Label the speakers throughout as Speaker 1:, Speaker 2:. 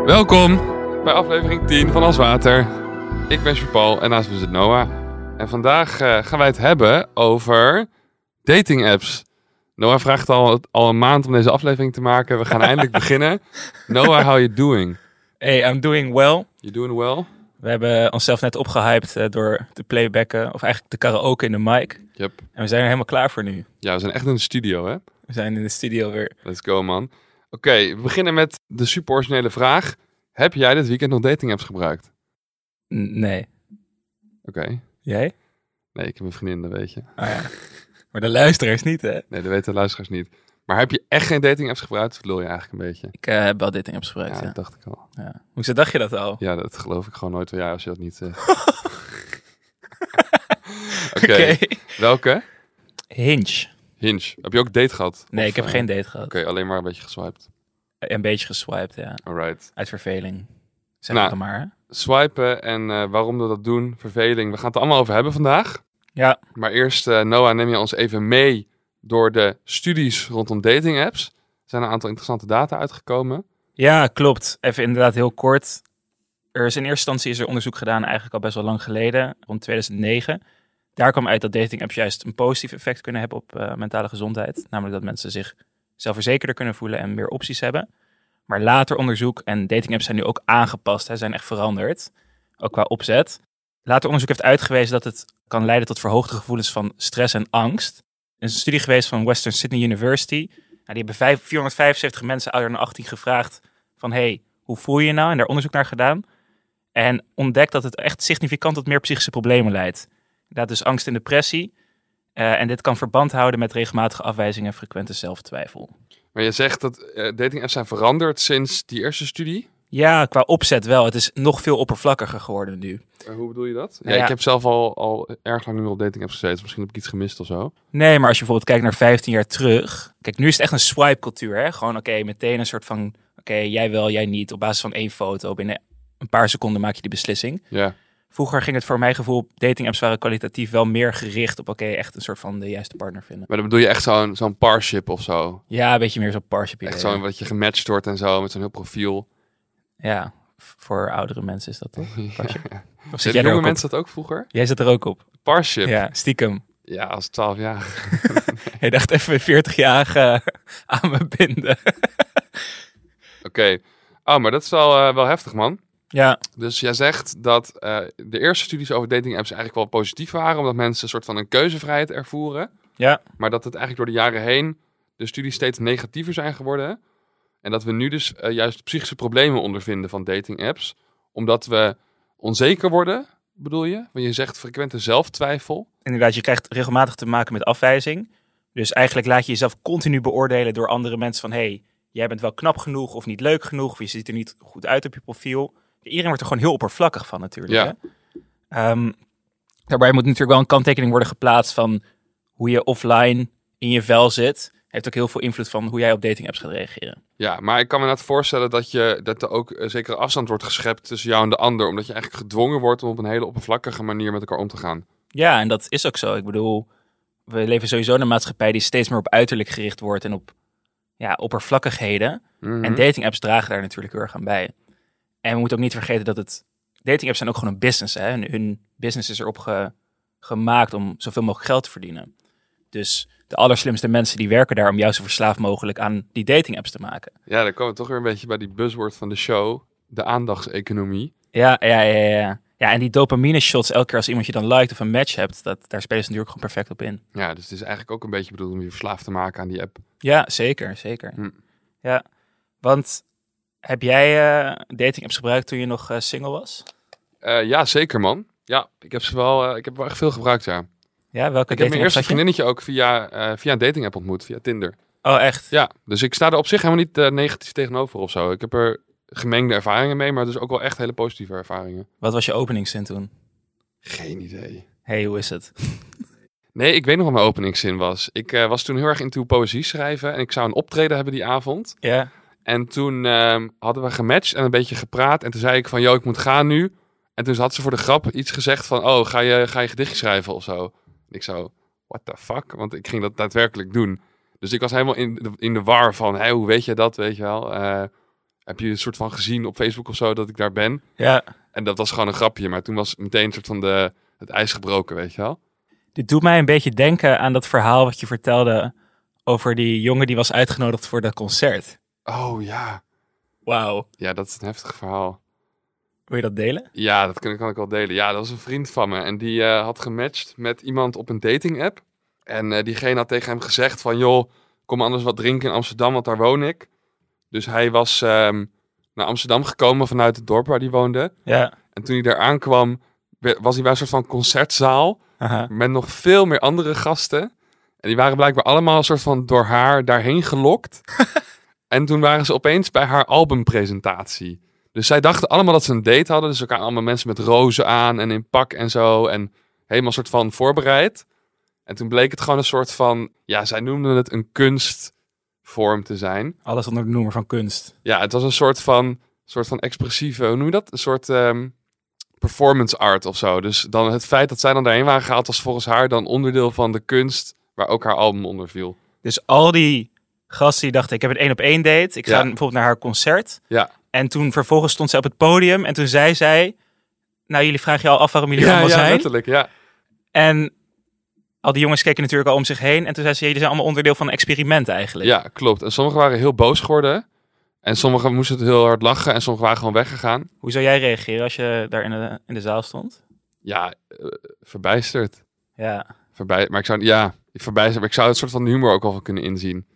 Speaker 1: Welkom bij aflevering 10 van Als Water. Ik ben Jean-Paul en naast me zit Noah. En vandaag gaan wij het hebben over dating apps. Noah vraagt al een maand om deze aflevering te maken. We gaan eindelijk beginnen. Noah, how you doing?
Speaker 2: Hey, I'm doing well.
Speaker 1: You doing well?
Speaker 2: We hebben onszelf net opgehyped door te playbacken, of eigenlijk te karaoke in de mic.
Speaker 1: Yep.
Speaker 2: En we zijn er helemaal klaar voor nu.
Speaker 1: Ja, we zijn echt in de studio, hè?
Speaker 2: We zijn in de studio weer.
Speaker 1: Let's go, man. Oké, we beginnen met de super originele vraag. Heb jij dit weekend nog dating apps gebruikt?
Speaker 2: Nee.
Speaker 1: Oké.
Speaker 2: Jij?
Speaker 1: Nee, ik heb een vriendin, dat weet je.
Speaker 2: Ah ja. Maar de luisteraars niet, hè?
Speaker 1: Nee, dat weten de luisteraars niet. Maar heb je echt geen dating apps gebruikt? Of lul je eigenlijk een beetje?
Speaker 2: Ik heb wel dating apps gebruikt,
Speaker 1: Ja,
Speaker 2: ja.
Speaker 1: dat dacht ik al.
Speaker 2: Ja. Hoezo dacht je dat al?
Speaker 1: Ja, dat geloof ik gewoon nooit van jou als je dat niet zegt. Oké.
Speaker 2: Oké.
Speaker 1: Welke?
Speaker 2: Hinge.
Speaker 1: Hinge. Heb je ook date gehad?
Speaker 2: Nee,
Speaker 1: Of,
Speaker 2: ik heb geen date gehad.
Speaker 1: Oké, alleen maar een beetje geswiped.
Speaker 2: Een beetje geswiped, ja.
Speaker 1: Alright.
Speaker 2: Uit verveling. Zeg
Speaker 1: Nou.
Speaker 2: het dan maar, hè?
Speaker 1: Swipen en waarom we dat doen, verveling. We gaan het er allemaal over hebben vandaag.
Speaker 2: Ja.
Speaker 1: Maar eerst, Noah, neem je ons even mee door de studies rondom dating apps. Er zijn een aantal interessante data uitgekomen.
Speaker 2: Ja, klopt. Even inderdaad heel kort. In eerste instantie is er onderzoek gedaan, eigenlijk al best wel lang geleden, rond 2009. Daar kwam uit dat dating apps juist een positief effect kunnen hebben op mentale gezondheid. Namelijk dat mensen zich zelfverzekerder kunnen voelen en meer opties hebben. Maar later onderzoek, en dating apps zijn nu ook aangepast, zijn echt veranderd. Ook qua opzet. Later onderzoek heeft uitgewezen dat het kan leiden tot verhoogde gevoelens van stress en angst. Er is een studie geweest van Western Sydney University. Die hebben 475 mensen ouder dan 18 gevraagd van hey, hoe voel je je nou? En daar onderzoek naar gedaan. En ontdekt dat het echt significant tot meer psychische problemen leidt. Dat dus angst en depressie. En dit kan verband houden met regelmatige afwijzingen en frequente zelftwijfel.
Speaker 1: Maar je zegt dat dating apps zijn veranderd sinds die eerste studie.
Speaker 2: Ja, qua opzet wel. Het is nog veel oppervlakkiger geworden nu.
Speaker 1: Hoe bedoel je dat?
Speaker 2: Nou ja.
Speaker 1: Ik heb zelf al erg lang nu op dating apps gezeten. Misschien heb ik iets gemist of zo.
Speaker 2: Nee, maar als je bijvoorbeeld kijkt naar 15 jaar terug. Kijk, nu is het echt een swipe cultuur. Hè? Gewoon meteen een soort van jij wel, jij niet. Op basis van 1 foto. Binnen een paar seconden maak je die beslissing.
Speaker 1: Ja.
Speaker 2: Vroeger ging het voor mijn gevoel, dating apps waren kwalitatief wel meer gericht op echt een soort van de juiste partner vinden.
Speaker 1: Maar dan bedoel je echt zo'n parship of zo?
Speaker 2: Ja, een beetje meer zo'n parship idee.
Speaker 1: Echt zo'n wat je gematcht wordt en zo, met zo'n heel profiel.
Speaker 2: Ja, voor oudere mensen is dat toch? Parship?
Speaker 1: Ja.
Speaker 2: Of zit
Speaker 1: Zitten
Speaker 2: jij er
Speaker 1: jonge
Speaker 2: ook
Speaker 1: mensen
Speaker 2: op?
Speaker 1: dat ook vroeger?
Speaker 2: Jij zit er ook op.
Speaker 1: Parship?
Speaker 2: Ja, stiekem.
Speaker 1: Ja, als 12 jaar.
Speaker 2: Je dacht even 40-jarige aan me binden.
Speaker 1: Oké. Oh, maar dat is wel heftig, man.
Speaker 2: Ja,
Speaker 1: Dus jij zegt dat de eerste studies over dating apps eigenlijk wel positief waren, omdat mensen een soort van een keuzevrijheid ervoeren.
Speaker 2: ja.
Speaker 1: Maar dat het eigenlijk door de jaren heen de studies steeds negatiever zijn geworden. En dat we nu dus juist psychische problemen ondervinden van dating apps. Omdat we onzeker worden, bedoel je? Want je zegt frequente zelftwijfel.
Speaker 2: Inderdaad, je krijgt regelmatig te maken met afwijzing. Dus eigenlijk laat je jezelf continu beoordelen door andere mensen van hey, jij bent wel knap genoeg of niet leuk genoeg, of je ziet er niet goed uit op je profiel. Iedereen wordt er gewoon heel oppervlakkig van natuurlijk.
Speaker 1: Ja.
Speaker 2: Hè? Daarbij moet natuurlijk wel een kanttekening worden geplaatst van hoe je offline in je vel zit. Heeft ook heel veel invloed van hoe jij op dating apps gaat reageren.
Speaker 1: Ja, maar ik kan me net voorstellen dat er ook zekere afstand wordt geschept tussen jou en de ander. Omdat je eigenlijk gedwongen wordt om op een hele oppervlakkige manier met elkaar om te gaan.
Speaker 2: Ja, en dat is ook zo. Ik bedoel, we leven sowieso in een maatschappij die steeds meer op uiterlijk gericht wordt en op oppervlakkigheden.
Speaker 1: Mhm.
Speaker 2: En dating apps dragen daar natuurlijk heel erg aan bij. En we moeten ook niet vergeten dat dating apps zijn ook gewoon een business. Hè? En hun business is erop gemaakt om zoveel mogelijk geld te verdienen. Dus de allerslimste mensen die werken daar om jou zo verslaafd mogelijk aan die dating apps te maken.
Speaker 1: Ja, dan komen we toch weer een beetje bij die buzzword van de show. De aandachtseconomie.
Speaker 2: Ja. Ja, en die dopamine shots elke keer als iemand je dan liked of een match hebt, daar spelen ze natuurlijk gewoon perfect op in.
Speaker 1: Ja, dus het is eigenlijk ook een beetje bedoeld om je verslaafd te maken aan die app.
Speaker 2: Ja, zeker. Ja, want heb jij dating apps gebruikt toen je nog single was?
Speaker 1: Ja, zeker, man. Ja, ik heb wel echt veel gebruikt, ja.
Speaker 2: Ja, welke
Speaker 1: Ik heb mijn
Speaker 2: dating apps
Speaker 1: eerste
Speaker 2: had je?
Speaker 1: vriendinnetje ook via een dating app ontmoet, via Tinder.
Speaker 2: Oh, echt?
Speaker 1: Ja, dus ik sta er op zich helemaal niet negatief tegenover of zo. Ik heb er gemengde ervaringen mee, maar dus ook wel echt hele positieve ervaringen.
Speaker 2: Wat was je openingszin toen?
Speaker 1: Geen idee.
Speaker 2: Hey, hoe is het?
Speaker 1: Nee, ik weet nog wat mijn openingszin was. Ik was toen heel erg into poëzie schrijven en ik zou een optreden hebben die avond.
Speaker 2: Ja.
Speaker 1: En toen hadden we gematcht en een beetje gepraat. En toen zei ik van, ik moet gaan nu. En toen had ze voor de grap iets gezegd van, ga je gedichtje schrijven of zo. En ik zo, what the fuck? Want ik ging dat daadwerkelijk doen. Dus ik was helemaal in de war van, hoe weet je dat, weet je wel. heb je een soort van gezien op Facebook of zo dat ik daar ben?
Speaker 2: Ja.
Speaker 1: En dat was gewoon een grapje, maar toen was meteen een soort van het ijs gebroken, weet je wel?
Speaker 2: Dit doet mij een beetje denken aan dat verhaal wat je vertelde over die jongen die was uitgenodigd voor dat concert.
Speaker 1: Oh ja.
Speaker 2: Wauw.
Speaker 1: Ja, dat is een heftig verhaal.
Speaker 2: Wil je dat delen?
Speaker 1: Ja, dat kan ik wel delen. Ja, dat was een vriend van me. En die had gematcht met iemand op een dating app. En diegene had tegen hem gezegd van... joh, kom anders wat drinken in Amsterdam, want daar woon ik. Dus hij was naar Amsterdam gekomen vanuit het dorp waar hij woonde.
Speaker 2: Ja.
Speaker 1: En toen hij daar aankwam, was hij bij een soort van concertzaal...
Speaker 2: Aha.
Speaker 1: met nog veel meer andere gasten. En die waren blijkbaar allemaal een soort van door haar daarheen gelokt. En toen waren ze opeens bij haar albumpresentatie. Dus zij dachten allemaal dat ze een date hadden. Dus er kwamen allemaal mensen met rozen aan en in pak en zo. En helemaal soort van voorbereid. En toen bleek het gewoon een soort van... Ja, zij noemden het een kunstvorm te zijn.
Speaker 2: Alles onder de noemer van kunst.
Speaker 1: Ja, het was een soort van expressieve... Hoe noem je dat? Een soort performance art of zo. Dus dan het feit dat zij dan daarheen waren gehaald... was volgens haar dan onderdeel van de kunst... waar ook haar album onder viel.
Speaker 2: Dus al die gasten die dachten, ik heb een 1-op-1 date. Ik ga bijvoorbeeld naar haar concert.
Speaker 1: Ja.
Speaker 2: En toen vervolgens stond zij op het podium. En toen zei zij... Nou, jullie vragen je al af waarom jullie allemaal zijn.
Speaker 1: Ja, letterlijk, ja.
Speaker 2: En al die jongens keken natuurlijk al om zich heen. En toen zei ze, jullie zijn allemaal onderdeel van een experiment eigenlijk.
Speaker 1: Ja, klopt. En sommigen waren heel boos geworden. En sommigen moesten het heel hard lachen. En sommigen waren gewoon weggegaan.
Speaker 2: Hoe zou jij reageren als je daar in de zaal stond?
Speaker 1: Ja, verbijsterd.
Speaker 2: Ja.
Speaker 1: Maar ik zou, verbijsterd. Maar ik zou het soort van humor ook al van kunnen inzien.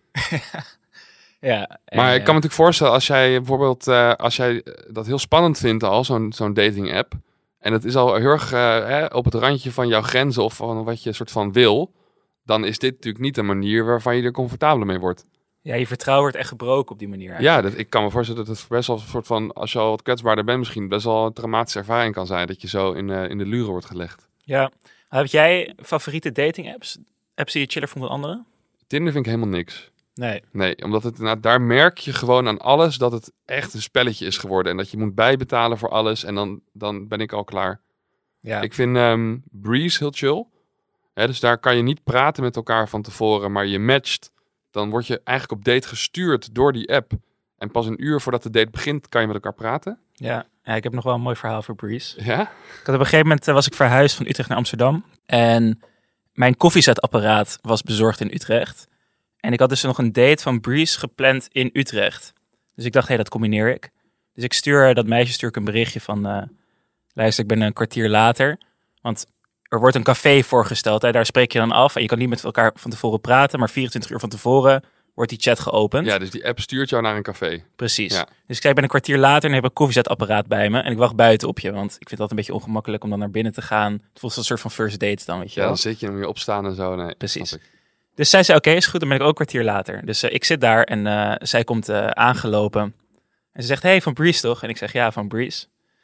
Speaker 2: Ja.
Speaker 1: Maar ik kan me natuurlijk voorstellen, als jij bijvoorbeeld als jij dat heel spannend vindt al, zo'n dating app. En het is al heel erg op het randje van jouw grenzen of van wat je soort van wil. Dan is dit natuurlijk niet een manier waarvan je er comfortabeler mee wordt.
Speaker 2: Ja, je vertrouwen wordt echt gebroken op die manier.
Speaker 1: Ja, ik kan me voorstellen dat het best wel een soort van, als je al wat kwetsbaarder bent misschien, best wel een traumatische ervaring kan zijn. Dat je zo in de luren wordt gelegd.
Speaker 2: Ja. Heb jij favoriete dating apps? Apps die je chiller vond dan andere?
Speaker 1: Tinder vind ik helemaal niks.
Speaker 2: Nee,
Speaker 1: omdat het daar merk je gewoon aan alles dat het echt een spelletje is geworden. En dat je moet bijbetalen voor alles en dan ben ik al klaar.
Speaker 2: Ja.
Speaker 1: Ik vind Breeze heel chill. Dus daar kan je niet praten met elkaar van tevoren, maar je matcht. Dan word je eigenlijk op date gestuurd door die app. En pas een uur voordat de date begint, kan je met elkaar praten.
Speaker 2: Ja, ik heb nog wel een mooi verhaal voor Breeze.
Speaker 1: Ja?
Speaker 2: Ik had op een gegeven moment was ik verhuisd van Utrecht naar Amsterdam. En mijn koffiezetapparaat was bezorgd in Utrecht. En ik had dus nog een date van Breeze gepland in Utrecht. Dus ik dacht, dat combineer ik. Dus ik stuur dat meisje een berichtje van... luister, ik ben een kwartier later. Want er wordt een café voorgesteld. Daar spreek je dan af. En je kan niet met elkaar van tevoren praten. Maar 24 uur van tevoren wordt die chat geopend.
Speaker 1: Ja, dus die app stuurt jou naar een café.
Speaker 2: Precies.
Speaker 1: Ja.
Speaker 2: Dus ik zei, ik ben een kwartier later en heb een koffiezetapparaat bij me. En ik wacht buiten op je. Want ik vind dat een beetje ongemakkelijk om dan naar binnen te gaan. Het voelt als een soort van first date dan, weet je
Speaker 1: Ja,
Speaker 2: wel.
Speaker 1: dan zit je en weer opstaan en zo. Nee,
Speaker 2: Precies.
Speaker 1: snap ik.
Speaker 2: Dus zij zei, oké, is goed, dan ben ik ook een kwartier later. Dus ik zit daar en zij komt aangelopen. En ze zegt, hey, van Breeze toch? En ik zeg, ja, van Breeze.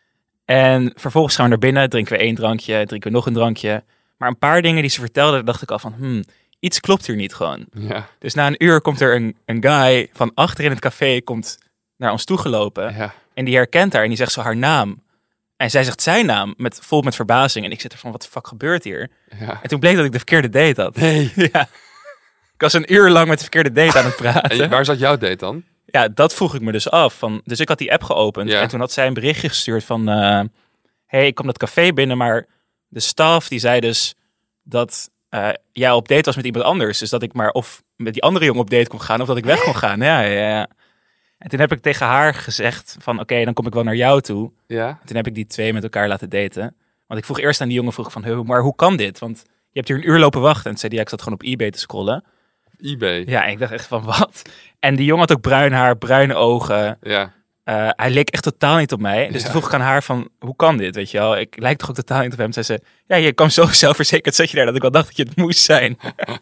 Speaker 2: En vervolgens gaan we naar binnen, drinken we 1 drankje, drinken we nog een drankje. Maar een paar dingen die ze vertelde, dacht ik al van, iets klopt hier niet gewoon.
Speaker 1: Ja.
Speaker 2: Dus na een uur komt er een guy van achter in het café, komt naar ons toegelopen.
Speaker 1: Ja.
Speaker 2: En die herkent haar en die zegt zo haar naam. En zij zegt zijn naam, vol met verbazing. En ik zit er van, wat de fuck gebeurt hier?
Speaker 1: Ja.
Speaker 2: En toen bleek dat ik de verkeerde date had.
Speaker 1: Nee.
Speaker 2: Ja. Ik was een uur lang met de verkeerde date aan het praten.
Speaker 1: En waar zat jouw date dan?
Speaker 2: Ja, dat vroeg ik me dus af. Dus ik had die app geopend.
Speaker 1: Ja.
Speaker 2: En toen had zij een berichtje gestuurd van... hey, ik kom dat café binnen, maar de staf die zei dus dat jij op date was met iemand anders. Dus dat ik maar of met die andere jongen op date kon gaan of dat ik weg kon gaan. Ja. En toen heb ik tegen haar gezegd van oké, dan kom ik wel naar jou toe.
Speaker 1: Ja.
Speaker 2: En toen heb ik die 2 met elkaar laten daten. Want ik vroeg eerst aan die jongen van, maar hoe kan dit? Want je hebt hier een uur lopen wachten. En zei die, ik zat gewoon op eBay te scrollen.
Speaker 1: eBay.
Speaker 2: Ja, en ik dacht echt van wat? En die jongen had ook bruin haar, bruine ogen.
Speaker 1: Ja.
Speaker 2: Hij leek echt totaal niet op mij. Dus
Speaker 1: Ja.
Speaker 2: toen vroeg ik aan haar van, hoe kan dit, weet je wel? Ik lijk toch ook totaal niet op hem. Toen zei ze, ja, je kwam zo zelfverzekerd, zat je daar, dat ik wel dacht dat je het moest zijn.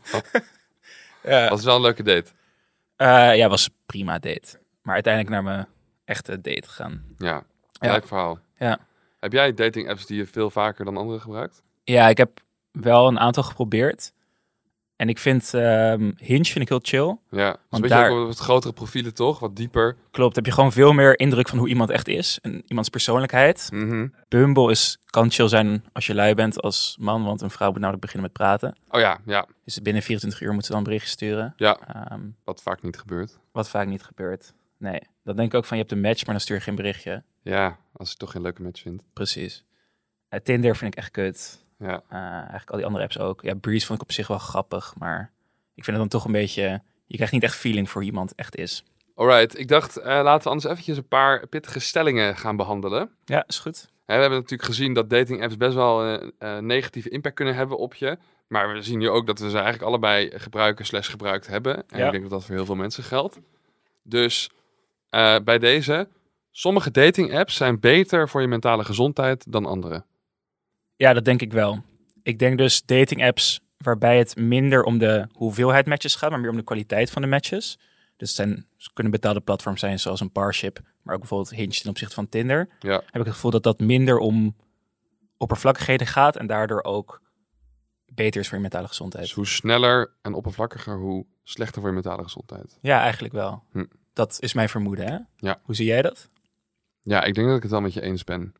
Speaker 2: Ja.
Speaker 1: Was wel een leuke date.
Speaker 2: Ja, was een prima date. Maar uiteindelijk naar mijn echte date gegaan.
Speaker 1: Ja.
Speaker 2: Ja.
Speaker 1: Leuk verhaal.
Speaker 2: Ja.
Speaker 1: Heb jij dating apps die je veel vaker dan anderen gebruikt?
Speaker 2: Ja, ik heb wel een aantal geprobeerd. En ik vind Hinge vind ik heel chill.
Speaker 1: Ja. Dus
Speaker 2: Want
Speaker 1: een
Speaker 2: daar-
Speaker 1: beetje ook wat grotere profielen toch? Wat dieper.
Speaker 2: Klopt, heb je gewoon veel meer indruk van hoe iemand echt is. En iemands persoonlijkheid.
Speaker 1: Mhm.
Speaker 2: Bumble kan chill zijn als je lui bent als man. Want een vrouw moet namelijk beginnen met praten.
Speaker 1: Oh ja, ja.
Speaker 2: Dus binnen 24 uur moet ze dan een berichtje sturen.
Speaker 1: Ja.
Speaker 2: Ehm,
Speaker 1: Wat vaak niet gebeurt.
Speaker 2: wat vaak niet gebeurt. Nee, dan denk ik ook van je hebt een match, maar dan stuur je geen berichtje.
Speaker 1: Ja, als ik toch geen leuke match vind.
Speaker 2: Precies. Tinder vind ik echt kut.
Speaker 1: Ja.
Speaker 2: Eigenlijk al die andere apps ook. Ja, Breeze vond ik op zich wel grappig, maar ik vind het dan toch een beetje... Je krijgt niet echt feeling voor wie iemand echt is.
Speaker 1: Alright, ik dacht laten we anders eventjes een paar pittige stellingen gaan behandelen.
Speaker 2: Ja, is goed.
Speaker 1: We hebben natuurlijk gezien dat dating apps best wel negatieve impact kunnen hebben op je. Maar we zien nu ook dat we ze eigenlijk allebei gebruikt hebben. En
Speaker 2: Ja.
Speaker 1: ik denk dat dat voor heel veel mensen geldt. Dus bij deze, sommige dating apps zijn beter voor je mentale gezondheid dan andere.
Speaker 2: Ja, dat denk ik wel. Ik denk dus dating apps waarbij het minder om de hoeveelheid matches gaat, maar meer om de kwaliteit van de matches. Dus het kunnen betaalde platforms zijn zoals een Parship, maar ook bijvoorbeeld Hinge ten opzichte van Tinder.
Speaker 1: Ja.
Speaker 2: Heb ik het gevoel dat dat minder om oppervlakkigheden gaat en daardoor ook beter is voor je mentale gezondheid.
Speaker 1: Dus hoe sneller en oppervlakkiger, hoe slechter voor je mentale gezondheid.
Speaker 2: Ja, eigenlijk wel.
Speaker 1: Hm.
Speaker 2: Dat is mijn vermoeden, hè?
Speaker 1: Ja.
Speaker 2: Hoe zie jij dat?
Speaker 1: Ja, ik denk dat ik het wel met je eens ben.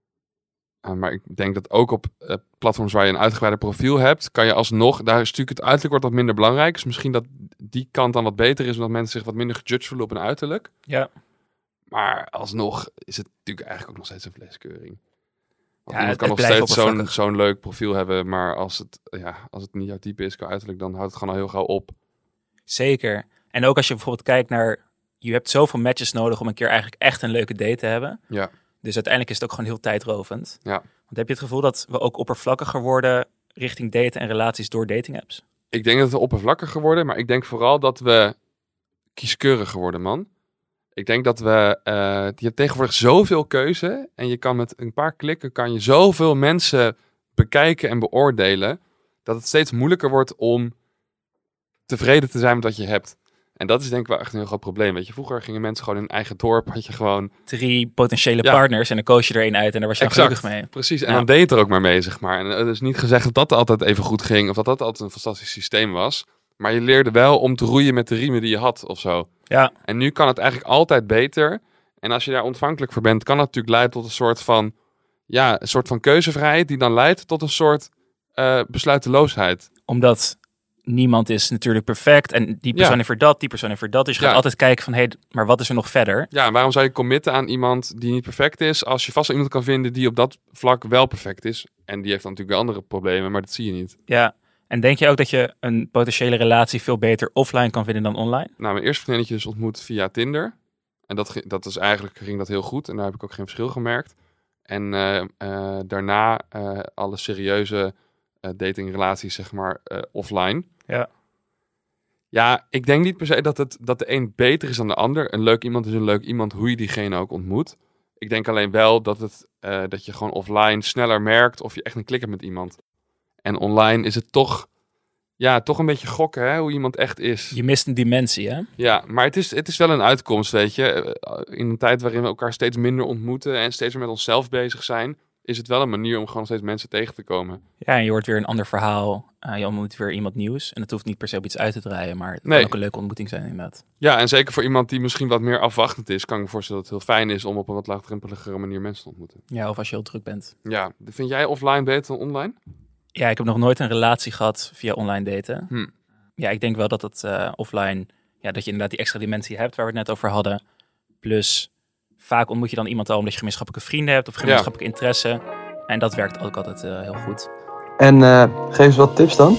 Speaker 1: Maar ik denk dat ook op platforms waar je een uitgebreider profiel hebt, kan je alsnog, daar is natuurlijk het uiterlijk wordt wat minder belangrijk. Dus misschien dat die kant dan wat beter is, omdat mensen zich wat minder gejudged voelen op hun uiterlijk.
Speaker 2: Ja.
Speaker 1: Maar alsnog is het natuurlijk eigenlijk ook nog steeds een vleeskeuring. Want
Speaker 2: Ja,
Speaker 1: iemand kan
Speaker 2: het
Speaker 1: nog
Speaker 2: blijft
Speaker 1: steeds
Speaker 2: oppervlakkig.
Speaker 1: zo'n leuk profiel hebben, maar als het niet jouw type is qua uiterlijk, dan houdt het gewoon al heel gauw op.
Speaker 2: Zeker. En ook als je bijvoorbeeld kijkt naar... Je hebt zoveel matches nodig om een keer eigenlijk echt een leuke date te hebben.
Speaker 1: Ja.
Speaker 2: Dus uiteindelijk is het ook gewoon heel tijdrovend.
Speaker 1: Ja.
Speaker 2: Want heb je het gevoel dat we ook oppervlakkiger worden richting daten en relaties door dating apps?
Speaker 1: Ik denk dat we oppervlakkiger worden, maar ik denk vooral dat we kieskeuriger worden, man. Ik denk dat je hebt tegenwoordig zoveel keuze en je kan met een paar klikken kan je zoveel mensen bekijken en beoordelen, dat het steeds moeilijker wordt om tevreden te zijn met wat je hebt. En dat is denk ik wel echt een heel groot probleem. Weet je, vroeger gingen mensen gewoon in hun eigen dorp, had je gewoon...
Speaker 2: 3 potentiële
Speaker 1: Ja.
Speaker 2: partners en dan koos je er één uit en daar was je dan gelukkig mee.
Speaker 1: Precies, en
Speaker 2: Ja.
Speaker 1: dan deed je het er ook maar mee, zeg maar. En het is niet gezegd dat dat altijd even goed ging, of dat dat altijd een fantastisch systeem was. Maar je leerde wel om te roeien met de riemen die je had, of zo.
Speaker 2: Ja,
Speaker 1: En nu kan het eigenlijk altijd beter. En als je daar ontvankelijk voor bent, kan dat natuurlijk leiden tot een soort van keuzevrijheid, die dan leidt tot een soort besluiteloosheid.
Speaker 2: omdat niemand is natuurlijk perfect en die persoon
Speaker 1: Ja.
Speaker 2: heeft er dat, die persoon heeft er dat. Dus je gaat
Speaker 1: Ja.
Speaker 2: altijd kijken van, maar wat is er nog verder?
Speaker 1: Ja, en waarom zou je committen aan iemand die niet perfect is, als je vast wel iemand kan vinden die op dat vlak wel perfect is? En die heeft dan natuurlijk wel andere problemen, maar dat zie je niet.
Speaker 2: Ja, en denk je ook dat je een potentiële relatie veel beter offline kan vinden dan online?
Speaker 1: Nou, mijn eerste vriendinnetje is ontmoet via Tinder. En ging dat heel goed. En daar heb ik ook geen verschil gemerkt. En daarna alle serieuze datingrelaties, zeg maar, offline.
Speaker 2: Ja.
Speaker 1: Ja, ik denk niet per se dat de een beter is dan de ander. Een leuk iemand is een leuk iemand, hoe je diegene ook ontmoet. Ik denk alleen wel dat je gewoon offline sneller merkt of je echt een klik hebt met iemand. En online is het toch een beetje gokken, hè, hoe iemand echt is.
Speaker 2: Je mist een dimensie, hè?
Speaker 1: Ja, maar het is wel een uitkomst, weet je. In een tijd waarin we elkaar steeds minder ontmoeten en steeds meer met onszelf bezig zijn, is het wel een manier om gewoon steeds mensen tegen te komen.
Speaker 2: Ja, en je hoort weer een ander verhaal. Je ontmoet weer iemand nieuws. En het hoeft niet per se op iets uit te draaien, maar het
Speaker 1: Nee.
Speaker 2: kan ook een leuke ontmoeting zijn, inderdaad.
Speaker 1: Ja, en zeker voor iemand die misschien wat meer afwachtend is, kan ik me voorstellen dat het heel fijn is om op een wat laagdrempeligere manier mensen te ontmoeten.
Speaker 2: Ja, of als je heel druk bent.
Speaker 1: Ja, vind jij offline beter dan online?
Speaker 2: Ja, ik heb nog nooit een relatie gehad via online daten.
Speaker 1: Hm.
Speaker 2: Ja, ik denk wel dat het offline, dat je inderdaad die extra dimensie hebt waar we het net over hadden. Plus, vaak ontmoet je dan iemand al omdat je gemeenschappelijke vrienden hebt of gemeenschappelijke interesse. En dat werkt ook altijd heel goed.
Speaker 3: En geef eens wat tips dan.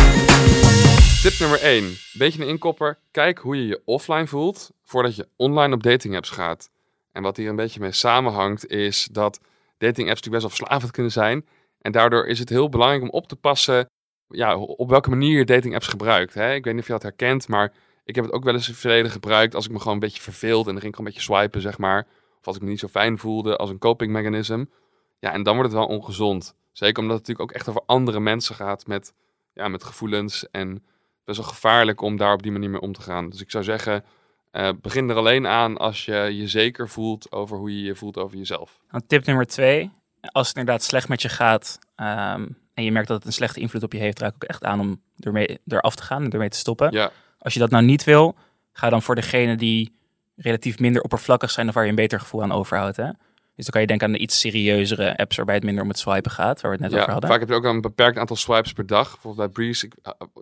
Speaker 1: Tip nummer 1. Beetje een inkopper. Kijk hoe je je offline voelt voordat je online op dating apps gaat. En wat hier een beetje mee samenhangt is dat dating apps natuurlijk best wel verslavend kunnen zijn. En daardoor is het heel belangrijk om op te passen op welke manier je dating apps gebruikt. Hè? Ik weet niet of je dat herkent, maar ik heb het ook wel eens in het verleden gebruikt als ik me gewoon een beetje verveeld. En dan ging ik gewoon een beetje swipen, zeg maar. Of als ik me niet zo fijn voelde als een coping mechanism. Ja, en dan wordt het wel ongezond. Zeker omdat het natuurlijk ook echt over andere mensen gaat met gevoelens. En best wel gevaarlijk om daar op die manier mee om te gaan. Dus ik zou zeggen, begin er alleen aan als je je zeker voelt over hoe je je voelt over jezelf.
Speaker 2: Dan tip nummer 2. Als het inderdaad slecht met je gaat en je merkt dat het een slechte invloed op je heeft, raak ik ook echt aan om eraf te gaan en ermee te stoppen.
Speaker 1: Ja,
Speaker 2: Als je dat nou niet wil, ga dan voor degene die relatief minder oppervlakkig zijn of waar je een beter gevoel aan overhoudt. Hè? Dus dan kan je denken aan de iets serieuzere apps waarbij het minder om het swipen gaat, waar we het net over hadden.
Speaker 1: vaak heb je ook een beperkt aantal swipes per dag. Bijvoorbeeld bij Breeze,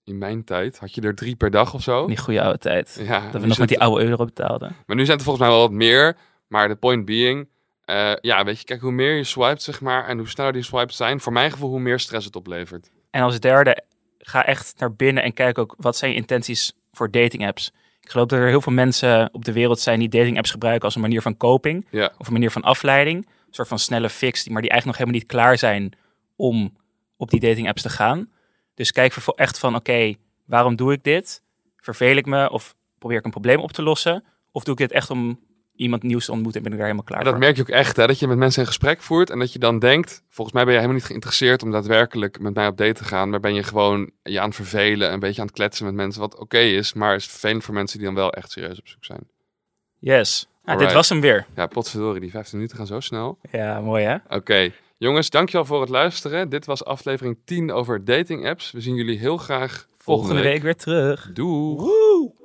Speaker 1: in mijn tijd had je er 3 per dag of zo.
Speaker 2: Die goede oude tijd.
Speaker 1: Ja,
Speaker 2: Dat we
Speaker 1: nu
Speaker 2: nog met die
Speaker 1: zijn
Speaker 2: oude euro betaalden.
Speaker 1: Maar nu zijn het volgens mij wel wat meer. Maar de point being, weet je, kijk, hoe meer je swipet, zeg maar, en hoe sneller die swipes zijn, voor mijn gevoel, hoe meer stress het oplevert.
Speaker 2: En als derde, ga echt naar binnen en kijk ook, wat zijn je intenties voor dating apps? Ik geloof dat er heel veel mensen op de wereld zijn die dating apps gebruiken als een manier van coping.
Speaker 1: Ja.
Speaker 2: Of een manier van afleiding. Een soort van snelle fix, maar die eigenlijk nog helemaal niet klaar zijn om op die dating apps te gaan. Dus kijk echt van, oké, waarom doe ik dit? Verveel ik me of probeer ik een probleem op te lossen? Of doe ik dit echt om iemand nieuws te ontmoeten en ben ik daar helemaal klaar
Speaker 1: En dat
Speaker 2: voor?
Speaker 1: merk je ook echt, hè, dat je met mensen een gesprek voert en dat je dan denkt, volgens mij ben je helemaal niet geïnteresseerd om daadwerkelijk met mij op date te gaan, maar ben je gewoon je aan het vervelen, een beetje aan het kletsen met mensen, wat oké is, maar is vervelend voor mensen die dan wel echt serieus op zoek zijn.
Speaker 2: Yes. Dit
Speaker 1: Alright.
Speaker 2: was hem weer.
Speaker 1: Ja, potverdorie, die 15 minuten gaan zo snel.
Speaker 2: Ja, mooi hè?
Speaker 1: Oké, jongens, dankjewel voor het luisteren. Dit was aflevering 10 over dating apps. We zien jullie heel graag
Speaker 2: Volgende week weer terug.
Speaker 1: Doei!
Speaker 2: Woe!